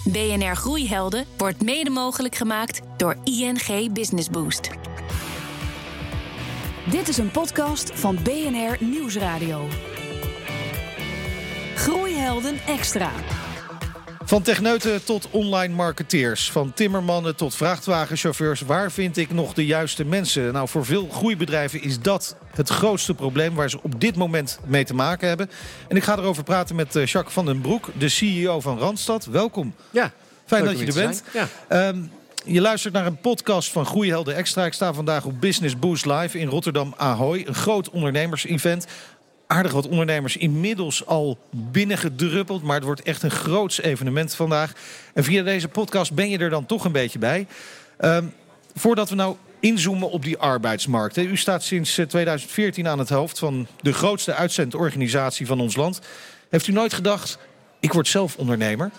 BNR Groeihelden wordt mede mogelijk gemaakt door ING Business Boost. Dit is een podcast van BNR Nieuwsradio. Groeihelden Extra. Van techneuten tot online marketeers, van timmermannen tot vrachtwagenchauffeurs. Waar vind ik nog de juiste mensen? Nou, voor veel groeibedrijven is dat het grootste probleem waar ze op dit moment mee te maken hebben. En ik ga erover praten met Jacques van den Broek, de CEO van Randstad. Welkom. Ja, fijn dat je er bent. Ja. Je luistert naar een podcast van Groeihelden Extra. Ik sta vandaag op Business Boost Live in Rotterdam Ahoy. Een groot ondernemers-event. Aardig wat ondernemers inmiddels al binnengedruppeld. Maar het wordt echt een groots evenement vandaag. En via deze podcast ben je er dan toch een beetje bij. Voordat we nou inzoomen op die arbeidsmarkt. U staat sinds 2014 aan het hoofd van de grootste uitzendorganisatie van ons land. Heeft u nooit gedacht, ik word zelf ondernemer?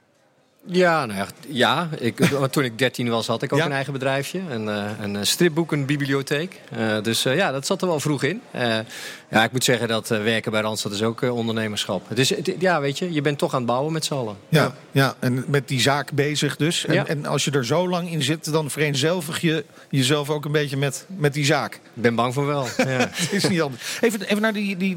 Ja, nou ja, toen ik 13 was had ik ook een eigen bedrijfje. Een stripboekenbibliotheek. Dus dat zat er wel vroeg in. Ik moet zeggen dat werken bij Randstad is ook ondernemerschap. Dus weet je bent toch aan het bouwen met z'n allen. Ja, en met die zaak bezig dus. En als je er zo lang in zit, dan vereenzelvig je jezelf ook een beetje met die zaak. Ik ben bang voor wel. Ja. Het is niet anders. Even naar die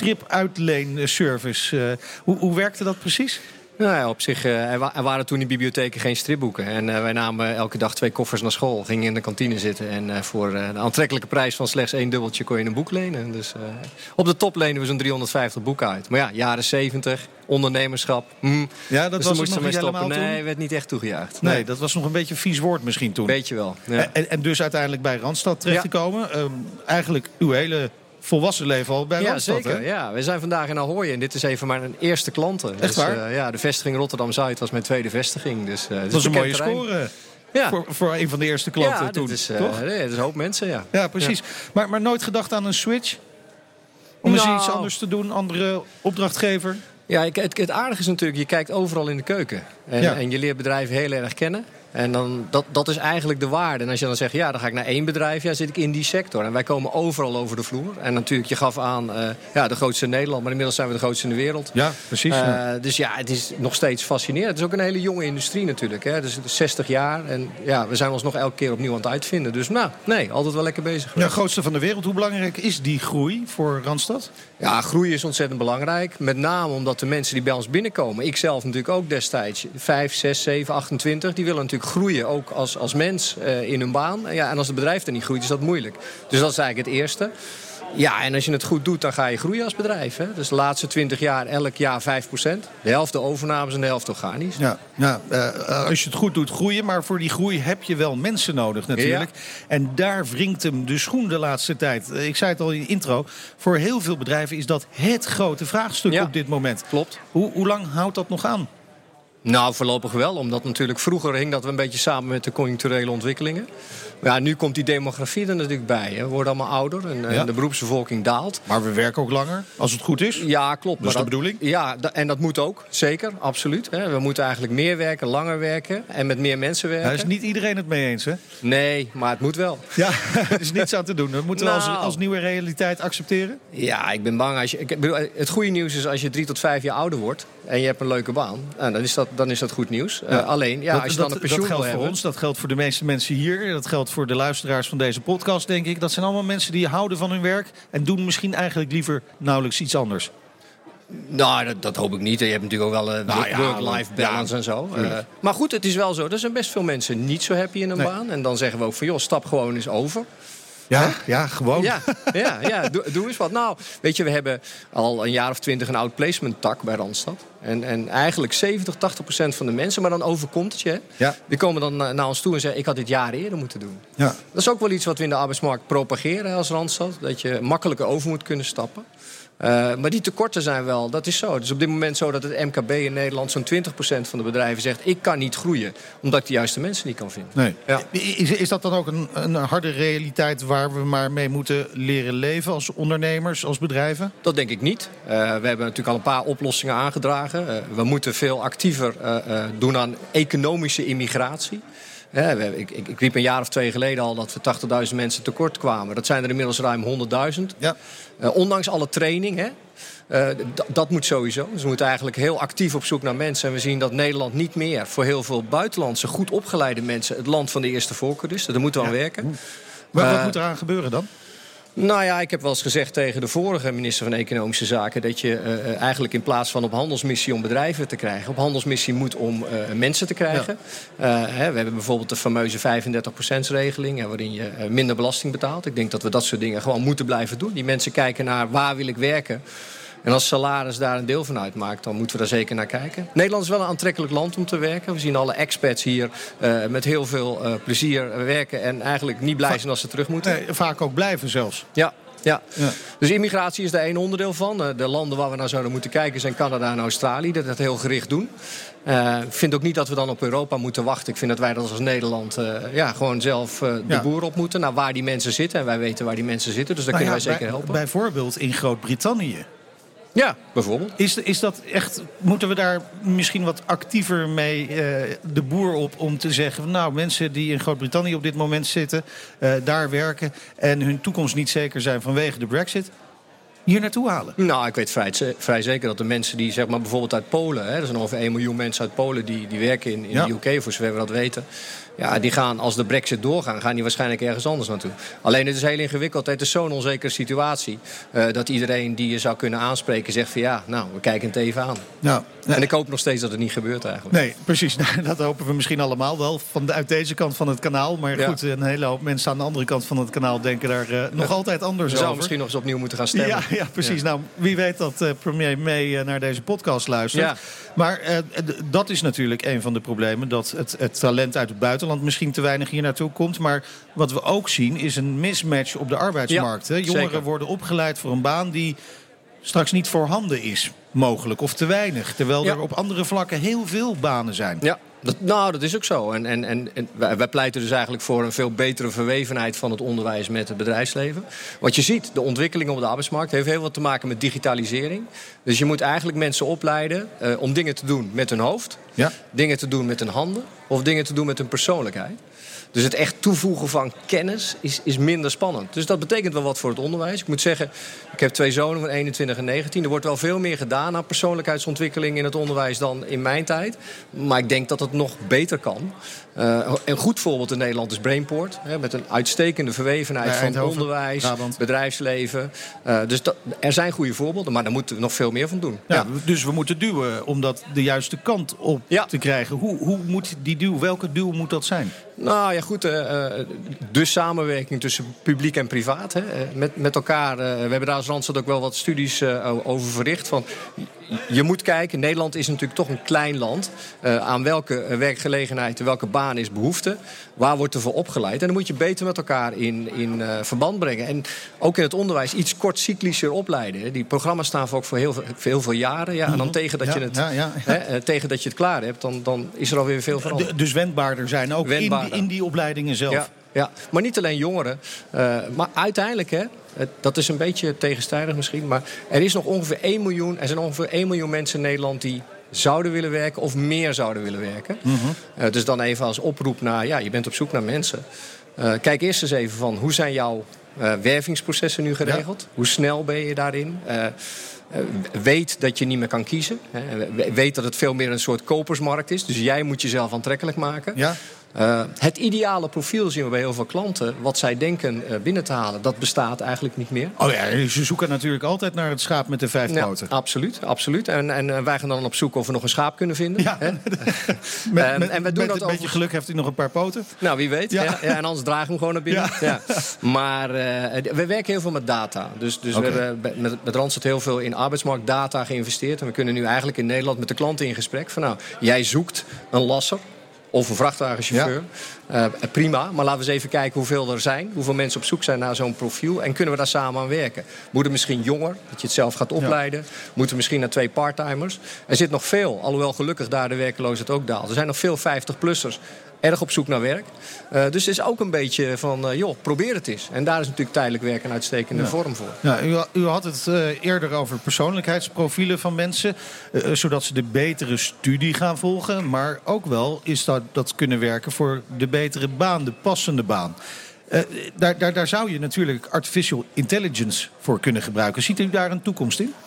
strip-uitleenservice. Hoe werkte dat precies? Nou ja, op zich, er waren toen in bibliotheken geen stripboeken. En wij namen elke dag 2 koffers naar school. Gingen in de kantine zitten. En voor een aantrekkelijke prijs van slechts 1 dubbeltje kon je een boek lenen. Dus op de top lenen we zo'n 350 boeken uit. Maar ja, jaren 70, ondernemerschap. Ja, dat dus was moesten nog we niet stoppen. helemaal toen? Nee, werd niet echt toegejuicht. Nee, dat was nog een beetje een vies woord misschien toen. Beetje wel, ja. En dus uiteindelijk bij Randstad terechtgekomen. Eigenlijk uw hele volwassen leven al bij Randstad, zeker. Hè? Ja, we zijn vandaag in Ahoy en dit is even maar een eerste klanten. Echt waar? Dus, de vestiging Rotterdam-Zuid was mijn tweede vestiging. Dus, dat was een mooie score voor een van de eerste klanten toen, toch? Het is een hoop mensen, ja. Ja, precies. Ja. Maar nooit gedacht aan een switch? Om eens iets anders te doen, andere opdrachtgever? Ja, het aardige is natuurlijk, je kijkt overal in de keuken. En je leert bedrijven heel erg kennen. En dan, dat is eigenlijk de waarde. En als je dan zegt, dan ga ik naar 1 bedrijf, zit ik in die sector. En wij komen overal over de vloer. En natuurlijk, je gaf aan, de grootste in Nederland. Maar inmiddels zijn we de grootste in de wereld. Ja, precies. Dus het is nog steeds fascinerend. Het is ook een hele jonge industrie natuurlijk. Hè. Dus het is 60 jaar. En we zijn ons nog elke keer opnieuw aan het uitvinden. Dus altijd wel lekker bezig. Ja, grootste van de wereld. Hoe belangrijk is die groei voor Randstad? Ja, groei is ontzettend belangrijk. Met name omdat de mensen die bij ons binnenkomen... ik zelf natuurlijk ook destijds, 5, 6, 7, 28... die willen natuurlijk groeien, ook als mens in hun baan. En als het bedrijf er niet groeit, is dat moeilijk. Dus dat is eigenlijk het eerste. Ja, en als je het goed doet, dan ga je groeien als bedrijf. Hè? Dus de laatste 20 jaar, elk jaar 5%. De helft de overnames en de helft organisch. Als je het goed doet, groeien. Maar voor die groei heb je wel mensen nodig natuurlijk. Ja. En daar wringt hem de schoen de laatste tijd. Ik zei het al in de intro. Voor heel veel bedrijven is dat het grote vraagstuk op dit moment. Klopt. Hoe lang houdt dat nog aan? Nou, voorlopig wel. Omdat natuurlijk vroeger hing dat we een beetje samen met de conjuncturele ontwikkelingen. Ja, nu komt die demografie er natuurlijk bij. Hè. We worden allemaal ouder en de beroepsbevolking daalt. Maar we werken ook langer, als het goed is. Ja, klopt. Dat is de bedoeling? Ja, en dat moet ook. Zeker, absoluut. Hè. We moeten eigenlijk meer werken, langer werken en met meer mensen werken. Daar is niet iedereen het mee eens, hè? Nee, maar het moet wel. Ja, er is niets aan te doen. Dat moeten we als nieuwe realiteit accepteren? Ja, ik ben bang. Het goede nieuws is als je 3 tot 5 jaar ouder wordt en je hebt een leuke baan. Dan is dat goed nieuws. Alleen, als je dan een pensioen dat geldt wil voor ons, dat geldt voor de meeste mensen hier. Dat geldt voor de luisteraars van deze podcast, denk ik. Dat zijn allemaal mensen die houden van hun werk en doen misschien eigenlijk liever nauwelijks iets anders. Nou, dat hoop ik niet. Je hebt natuurlijk ook wel work-life balance en zo. Maar goed, het is wel zo. Er zijn best veel mensen niet zo happy in een baan. En dan zeggen we ook van, stap gewoon eens over. Ja, gewoon. Ja, doe eens wat. Nou, weet je, we hebben al een jaar of 20 een outplacement tak bij Randstad. En eigenlijk 70-80% van de mensen, maar dan overkomt het je. Die komen dan naar ons toe en zeggen, ik had dit jaren eerder moeten doen. Ja. Dat is ook wel iets wat we in de arbeidsmarkt propageren als Randstad. Dat je makkelijker over moet kunnen stappen. Maar die tekorten zijn wel, dat is zo. Het is op dit moment zo dat het MKB in Nederland zo'n 20% van de bedrijven zegt, ik kan niet groeien, omdat ik de juiste mensen niet kan vinden. Nee. Ja. Is dat dan ook een harde realiteit waar we maar mee moeten leren leven als ondernemers, als bedrijven? Dat denk ik niet. We hebben natuurlijk al een paar oplossingen aangedragen. We moeten veel actiever doen aan economische immigratie. Ik riep een jaar of 2 geleden al dat we 80.000 mensen tekort kwamen. Dat zijn er inmiddels ruim 100.000. Ja. Ondanks alle training, dat moet sowieso. Dus we moeten eigenlijk heel actief op zoek naar mensen. En we zien dat Nederland niet meer voor heel veel buitenlandse, goed opgeleide mensen het land van de eerste voorkeur is. Daar moeten we aan werken. Maar wat moet eraan gebeuren dan? Nou ja, ik heb wel eens gezegd tegen de vorige minister van Economische Zaken dat je eigenlijk in plaats van op handelsmissie om bedrijven te krijgen, op handelsmissie moet om mensen te krijgen. Ja. We hebben bijvoorbeeld de fameuze 35%-regeling, waarin je minder belasting betaalt. Ik denk dat we dat soort dingen gewoon moeten blijven doen. Die mensen kijken naar waar wil ik werken. En als salaris daar een deel van uitmaakt, dan moeten we daar zeker naar kijken. Nederland is wel een aantrekkelijk land om te werken. We zien alle expats hier met heel veel plezier werken en eigenlijk niet blij zijn als ze terug moeten. Nee, vaak ook blijven zelfs. Ja. Dus immigratie is daar één onderdeel van. De landen waar we naar zouden moeten kijken zijn Canada en Australië. Dat dat heel gericht doen. Ik vind ook niet dat we dan op Europa moeten wachten. Ik vind dat wij dat als Nederland gewoon zelf de boer op moeten. Naar waar die mensen zitten. En wij weten waar die mensen zitten. Dus daar kunnen wij zeker helpen. Bijvoorbeeld in Groot-Brittannië. Ja, bijvoorbeeld. Is dat echt, moeten we daar misschien wat actiever mee de boer op om te zeggen, nou, mensen die in Groot-Brittannië op dit moment zitten, daar werken en hun toekomst niet zeker zijn vanwege de Brexit, hier naartoe halen? Nou, ik weet vrij zeker dat de mensen die zeg maar bijvoorbeeld uit Polen, er zijn ongeveer 1 miljoen mensen uit Polen die werken in de UK, voor zover we dat weten. Ja, die gaan, als de Brexit doorgaan, gaan die waarschijnlijk ergens anders naartoe. Alleen het is heel ingewikkeld. Het is zo'n onzekere situatie dat iedereen die je zou kunnen aanspreken zegt van we kijken het even aan. Nou, en ik hoop nog steeds dat het niet gebeurt eigenlijk. Nee, precies. Dat hopen we misschien allemaal wel uit deze kant van het kanaal. Maar goed, een hele hoop mensen aan de andere kant van het kanaal denken daar nog altijd anders over. We zouden misschien nog eens opnieuw moeten gaan stemmen. Ja, precies. Ja. Nou, wie weet dat premier May naar deze podcast luistert. Ja. Maar dat is natuurlijk een van de problemen, dat het talent uit het buitenland misschien te weinig hier naartoe komt. Maar wat we ook zien is een mismatch op de arbeidsmarkt. Ja, jongeren zeker. worden opgeleid voor een baan die straks niet voorhanden is, mogelijk, of te weinig. Terwijl er op andere vlakken heel veel banen zijn. Ja. Dat is ook zo. En wij pleiten dus eigenlijk voor een veel betere verwevenheid van het onderwijs met het bedrijfsleven. Wat je ziet, de ontwikkeling op de arbeidsmarkt heeft heel wat te maken met digitalisering. Dus je moet eigenlijk mensen opleiden om dingen te doen met hun hoofd, dingen te doen met hun handen of dingen te doen met hun persoonlijkheid. Dus het echt toevoegen van kennis is minder spannend. Dus dat betekent wel wat voor het onderwijs. Ik moet zeggen, ik heb 2 zonen van 21 en 19. Er wordt wel veel meer gedaan aan persoonlijkheidsontwikkeling in het onderwijs dan in mijn tijd. Maar ik denk dat het nog beter kan. Een goed voorbeeld in Nederland is Brainport. Met een uitstekende verwevenheid van onderwijs, Brabant, bedrijfsleven. Dus er zijn goede voorbeelden, maar daar moeten we nog veel meer van doen. Ja. Dus we moeten duwen om dat de juiste kant op te krijgen. Hoe moet die duw? Welke duw moet dat zijn? Nou ja, goed. De samenwerking tussen publiek en privaat. Met elkaar. We hebben daar als Randstad ook wel wat studies over verricht. Van, je moet kijken, Nederland is natuurlijk toch een klein land. Aan welke werkgelegenheid, welke baan is behoefte? Waar wordt er voor opgeleid? En dan moet je beter met elkaar in verband brengen. En ook in het onderwijs iets kortcyclischer opleiden. Die programma's staan ook voor heel veel jaren. Ja, en dan tegen dat tegen dat je het klaar hebt, dan is er alweer veel veranderd. Dus wendbaarder zijn ook in die opleidingen zelf. Ja, maar niet alleen jongeren. Maar uiteindelijk, dat is een beetje tegenstrijdig misschien, maar er zijn ongeveer 1 miljoen mensen in Nederland die zouden willen werken of meer zouden willen werken. Mm-hmm. Dus dan even als oproep naar, je bent op zoek naar mensen. Kijk eerst eens even van, hoe zijn jouw wervingsprocessen nu geregeld? Ja. Hoe snel ben je daarin? Weet dat je niet meer kan kiezen. Weet dat het veel meer een soort kopersmarkt is. Dus jij moet jezelf aantrekkelijk maken. Ja. Het ideale profiel zien we bij heel veel klanten. Wat zij denken binnen te halen, dat bestaat eigenlijk niet meer. Oh ja, ze zoeken natuurlijk altijd naar het schaap met de 5 poten. Absoluut. En wij gaan dan op zoek of we nog een schaap kunnen vinden. Ja. En we doen dat een beetje geluk heeft hij nog een paar poten. Nou, wie weet. Ja. En anders dragen we hem gewoon naar binnen. Ja. Maar we werken heel veel met data. Dus we hebben met Randstad heel veel in arbeidsmarktdata geïnvesteerd. En we kunnen nu eigenlijk in Nederland met de klanten in gesprek. Van jij zoekt een lasser of een vrachtwagenchauffeur. Ja. Prima, maar laten we eens even kijken hoeveel er zijn. Hoeveel mensen op zoek zijn naar zo'n profiel. En kunnen we daar samen aan werken? Moeten misschien jonger, dat je het zelf gaat opleiden. Moeten misschien naar 2 parttimers. Er zit nog veel, alhoewel gelukkig daar de werkloosheid ook daalt. Er zijn nog veel 50-plussers erg op zoek naar werk. Dus het is ook een beetje van, probeer het eens. En daar is natuurlijk tijdelijk werk een uitstekende vorm voor. Ja, u had het eerder over persoonlijkheidsprofielen van mensen. Zodat ze de betere studie gaan volgen. Maar ook wel is dat kunnen werken voor de betere baan, de passende baan. Daar zou je natuurlijk artificial intelligence voor kunnen gebruiken. Ziet u daar een toekomst in?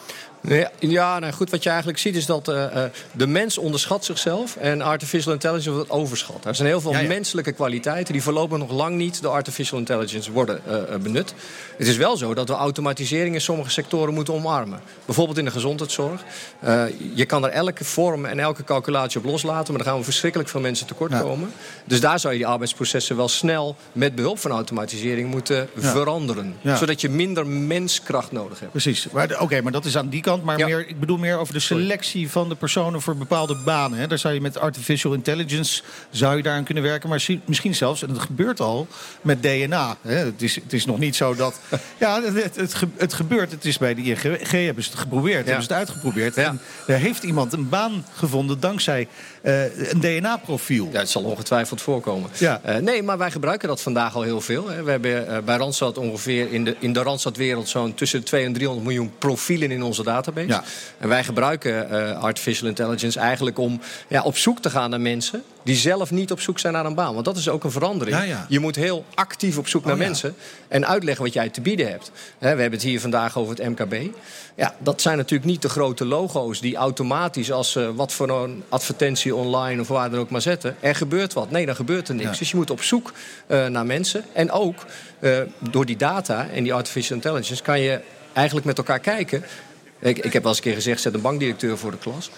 Ja, nou goed, wat je eigenlijk ziet is dat de mens onderschat zichzelf en artificial intelligence wordt overschat. Er zijn heel veel menselijke kwaliteiten die voorlopig nog lang niet door artificial intelligence worden benut. Het is wel zo dat we automatisering in sommige sectoren moeten omarmen. Bijvoorbeeld in de gezondheidszorg. Je kan er elke vorm en elke calculatie op loslaten, maar dan gaan we verschrikkelijk veel mensen tekort komen. Dus daar zou je die arbeidsprocessen wel snel met behulp van automatisering moeten veranderen. Ja. Zodat je minder menskracht nodig hebt. Precies. Maar dat is aan die kant. Maar ik bedoel meer over de selectie van de personen voor bepaalde banen. Hè. Daar zou je met artificial intelligence daaraan kunnen werken. Maar misschien zelfs, en dat gebeurt al, met DNA. Hè. Het is nog niet zo dat... Ja, het gebeurt. Het is bij de ING hebben ze het geprobeerd. Hebben ze het uitgeprobeerd. Ja. En er heeft iemand een baan gevonden dankzij een DNA-profiel. Ja, het zal ongetwijfeld voorkomen. Ja. Nee, maar wij gebruiken dat vandaag al heel veel. Hè. We hebben bij Randstad ongeveer in de Randstad-wereld zo'n tussen 200 en 300 miljoen profielen in onze database. Ja. En wij gebruiken artificial intelligence eigenlijk om op zoek te gaan naar mensen die zelf niet op zoek zijn naar een baan. Want dat is ook een verandering. Ja, ja. Je moet heel actief op zoek naar mensen en uitleggen wat jij te bieden hebt. We hebben het hier vandaag over het MKB. Ja, dat zijn natuurlijk niet de grote logo's die automatisch als wat voor een advertentie online of waar dan ook maar zetten. Er gebeurt wat. Nee, dan gebeurt er niks. Ja. Dus je moet op zoek naar mensen. En ook door die data en die artificial intelligence kan je eigenlijk met elkaar kijken. Ik heb wel eens een keer gezegd, zet een bankdirecteur voor de klas.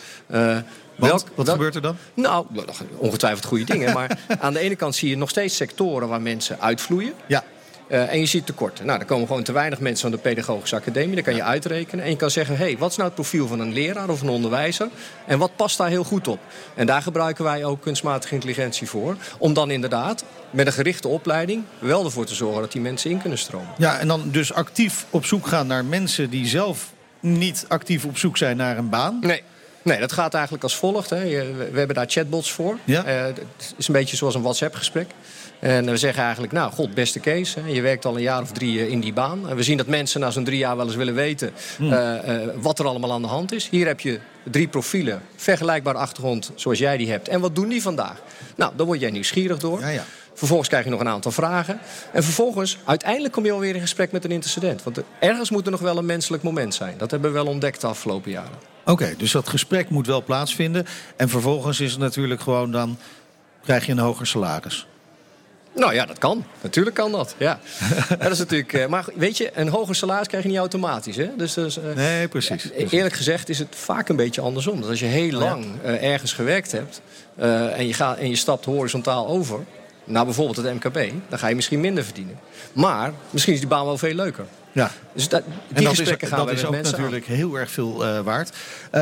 Wat gebeurt er dan? Nou, ongetwijfeld goede dingen. Maar aan de ene kant zie je nog steeds sectoren waar mensen uitvloeien. Ja. En je ziet tekorten. Nou, er komen gewoon te weinig mensen van de pedagogische academie. Dan kan je uitrekenen. En je kan zeggen, wat is nou het profiel van een leraar of een onderwijzer? En wat past daar heel goed op? En daar gebruiken wij ook kunstmatige intelligentie voor. Om dan inderdaad met een gerichte opleiding wel ervoor te zorgen dat die mensen in kunnen stromen. Ja, en dan dus actief op zoek gaan naar mensen die zelf niet actief op zoek zijn naar een baan. Nee, dat gaat eigenlijk als volgt. Hè. We hebben daar chatbots voor. Ja? Het is een beetje zoals een WhatsApp-gesprek. En we zeggen eigenlijk, beste case. Hè. Je werkt al een jaar of 3 in die baan. En we zien dat mensen na zo'n 3 jaar wel eens willen weten wat er allemaal aan de hand is. Hier heb je 3 profielen, vergelijkbare achtergrond zoals jij die hebt. En wat doen die vandaag? Nou, daar word jij nieuwsgierig door. Ja. Vervolgens krijg je nog een aantal vragen. En vervolgens, uiteindelijk kom je alweer in gesprek met een intercedent. Want ergens moet er nog wel een menselijk moment zijn. Dat hebben we wel ontdekt de afgelopen jaren. Oké, dus dat gesprek moet wel plaatsvinden. En vervolgens is het natuurlijk gewoon dan krijg je een hoger salaris. Nou ja, dat kan. Natuurlijk kan dat. Ja. Dat is natuurlijk. Maar weet je, een hoger salaris krijg je niet automatisch. Hè? Dus, nee, precies. Eerlijk gezegd is het vaak een beetje andersom. Dus als je heel lang ergens gewerkt hebt en je stapt horizontaal over naar bijvoorbeeld het MKB, dan ga je misschien minder verdienen. Maar misschien is die baan wel veel leuker. Ja. Dus die gesprekken gaan we met mensen aan. Dat is ook natuurlijk heel erg veel waard.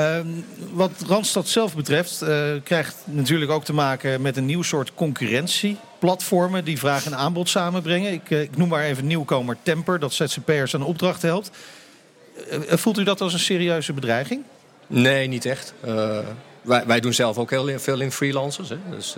Wat Randstad zelf betreft krijgt natuurlijk ook te maken met een nieuw soort concurrentieplatformen die vraag en aanbod samenbrengen. Ik noem maar even nieuwkomer Temper, dat ZZP'ers aan opdrachten helpt. Voelt u dat als een serieuze bedreiging? Nee, niet echt. Wij doen zelf ook heel veel in freelancers. Hè. Dus,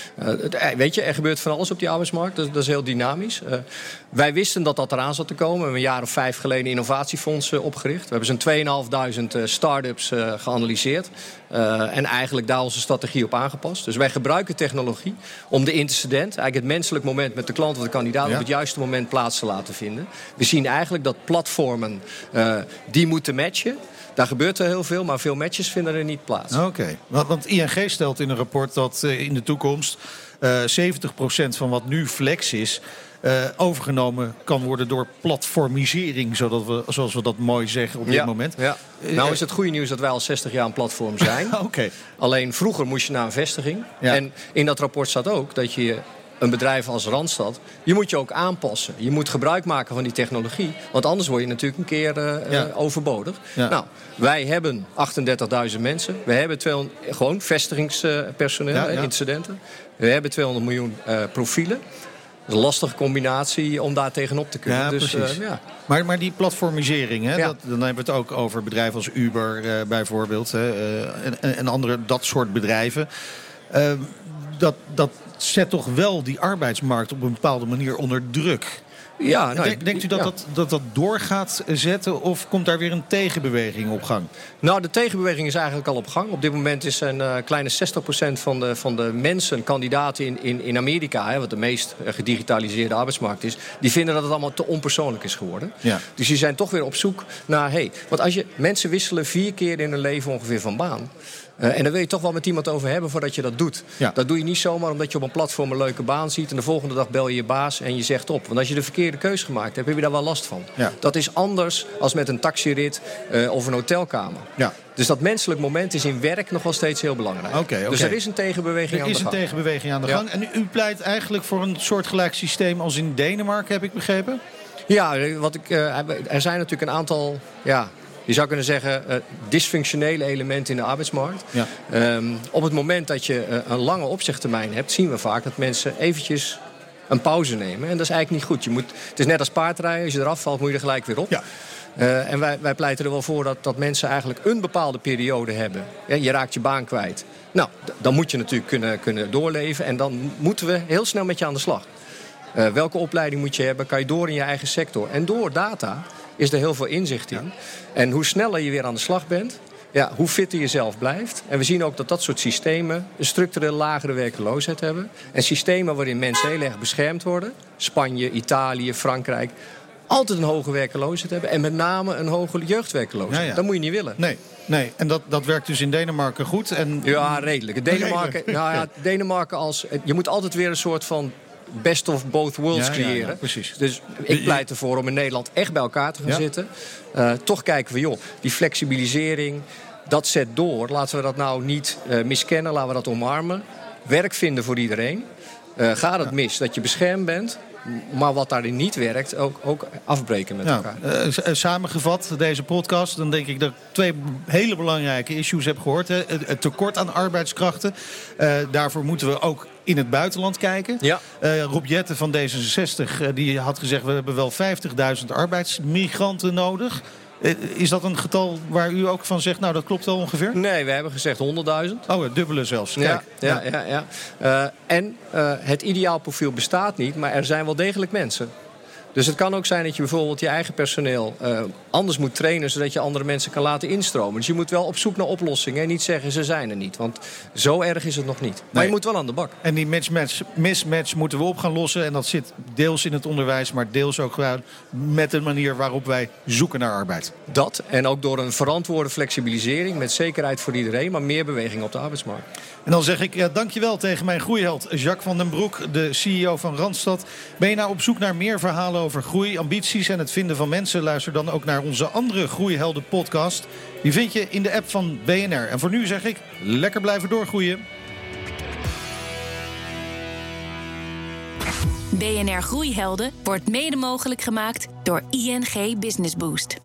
weet je, er gebeurt van alles op die arbeidsmarkt. Dat is heel dynamisch. Wij wisten dat dat eraan zat te komen. We hebben een jaar of 5 geleden een innovatiefonds opgericht. We hebben zo'n 2500 start-ups geanalyseerd. En eigenlijk daar onze strategie op aangepast. Dus wij gebruiken technologie om de intercedent, eigenlijk het menselijk moment met de klant of de kandidaat op het juiste moment plaats te laten vinden. We zien eigenlijk dat platformen die moeten matchen. Daar gebeurt er heel veel, maar veel matches vinden er niet plaats. Oké. Want ING stelt in een rapport dat in de toekomst 70% van wat nu flex is overgenomen kan worden door platformisering, zoals we dat mooi zeggen op dit moment. Ja. Nou is het goede nieuws dat wij al 60 jaar een platform zijn. Okay. Alleen vroeger moest je naar een vestiging. Ja. En in dat rapport staat ook dat je een bedrijf als Randstad, je moet je ook aanpassen. Je moet gebruik maken van die technologie. Want anders word je natuurlijk een keer overbodig. Ja. Nou, wij hebben 38.000 mensen. We hebben gewoon vestigingspersoneel, incidenten. We hebben 200 miljoen profielen. Dat is een lastige combinatie om daar tegenop te kunnen. Ja, dus, precies. Maar die platformisering, hè, dan hebben we het ook over bedrijven als Uber bijvoorbeeld. En andere dat soort bedrijven. Dat zet toch wel die arbeidsmarkt op een bepaalde manier onder druk. Ja, Denkt u dat doorgaat zetten of komt daar weer een tegenbeweging op gang? Nou, de tegenbeweging is eigenlijk al op gang. Op dit moment is een kleine 60% van de mensen, kandidaten in Amerika, wat de meest gedigitaliseerde arbeidsmarkt is, die vinden dat het allemaal te onpersoonlijk is geworden. Ja. Dus die zijn toch weer op zoek naar, want als mensen wisselen 4 keer in hun leven ongeveer van baan. En daar wil je toch wel met iemand over hebben voordat je dat doet. Ja. Dat doe je niet zomaar omdat je op een platform een leuke baan ziet en de volgende dag bel je je baas en je zegt op. Want als je de verkeerde keus gemaakt hebt, heb je daar wel last van. Ja. Dat is anders als met een taxirit of een hotelkamer. Ja. Dus dat menselijk moment is in werk nog wel steeds heel belangrijk. Okay. Dus er is een tegenbeweging aan de gang. Er is een tegenbeweging aan de gang. En u pleit eigenlijk voor een soortgelijk systeem als in Denemarken, heb ik begrepen? Ja, er zijn natuurlijk een aantal... Je zou kunnen zeggen, dysfunctionele elementen in de arbeidsmarkt. Ja. Op het moment dat je een lange opzegtermijn hebt, zien we vaak dat mensen eventjes een pauze nemen. En dat is eigenlijk niet goed. Het is net als paardrijden. Als je eraf valt, moet je er gelijk weer op. Ja. En wij pleiten er wel voor dat mensen eigenlijk een bepaalde periode hebben. Je raakt je baan kwijt. Nou, dan moet je natuurlijk kunnen doorleven. En dan moeten we heel snel met je aan de slag. Welke opleiding moet je hebben? Kan je door in je eigen sector? En door data is er heel veel inzicht in. Ja. En hoe sneller je weer aan de slag bent, hoe fitter je zelf blijft. En we zien ook dat soort systemen een structureel lagere werkloosheid hebben. En systemen waarin mensen heel erg beschermd worden. Spanje, Italië, Frankrijk. Altijd een hoge werkloosheid hebben. En met name een hoge jeugdwerkloosheid. Ja. Dat moet je niet willen. Nee. En dat werkt dus in Denemarken goed? Ja, redelijk. Denemarken je moet altijd weer een soort van best of both worlds creëren. Ja, precies. Dus ik pleit ervoor om in Nederland echt bij elkaar te gaan zitten. Toch kijken we, die flexibilisering, dat zet door. Laten we dat nou niet miskennen, laten we dat omarmen. Werk vinden voor iedereen. Gaat het mis dat je beschermd bent, maar wat daarin niet werkt, ook afbreken met elkaar. Samengevat, deze podcast, dan denk ik dat ik 2 hele belangrijke issues heb gehoord. Het tekort aan arbeidskrachten. Daarvoor moeten we ook in het buitenland kijken. Ja. Rob Jetten van D66 die had gezegd, we hebben wel 50.000 arbeidsmigranten nodig. Is dat een getal waar u ook van zegt, nou dat klopt wel ongeveer? Nee, we hebben gezegd 100.000. Oh, het dubbele zelfs. Kijk. Ja. En het ideaalprofiel bestaat niet, maar er zijn wel degelijk mensen. Dus het kan ook zijn dat je bijvoorbeeld je eigen personeel anders moet trainen, zodat je andere mensen kan laten instromen. Dus je moet wel op zoek naar oplossingen en niet zeggen ze zijn er niet. Want zo erg is het nog niet. Maar je moet wel aan de bak. En die mismatch moeten we op gaan lossen. En dat zit deels in het onderwijs, maar deels ook met de manier waarop wij zoeken naar arbeid. Dat en ook door een verantwoorde flexibilisering met zekerheid voor iedereen, maar meer beweging op de arbeidsmarkt. En dan zeg ik dankjewel tegen mijn groeiheld Jacques van den Broek, de CEO van Randstad. Ben je nou op zoek naar meer verhalen over groei, ambities en het vinden van mensen? Luister dan ook naar onze andere Groeihelden podcast. Die vind je in de app van BNR. En voor nu zeg ik, lekker blijven doorgroeien. BNR Groeihelden wordt mede mogelijk gemaakt door ING Business Boost.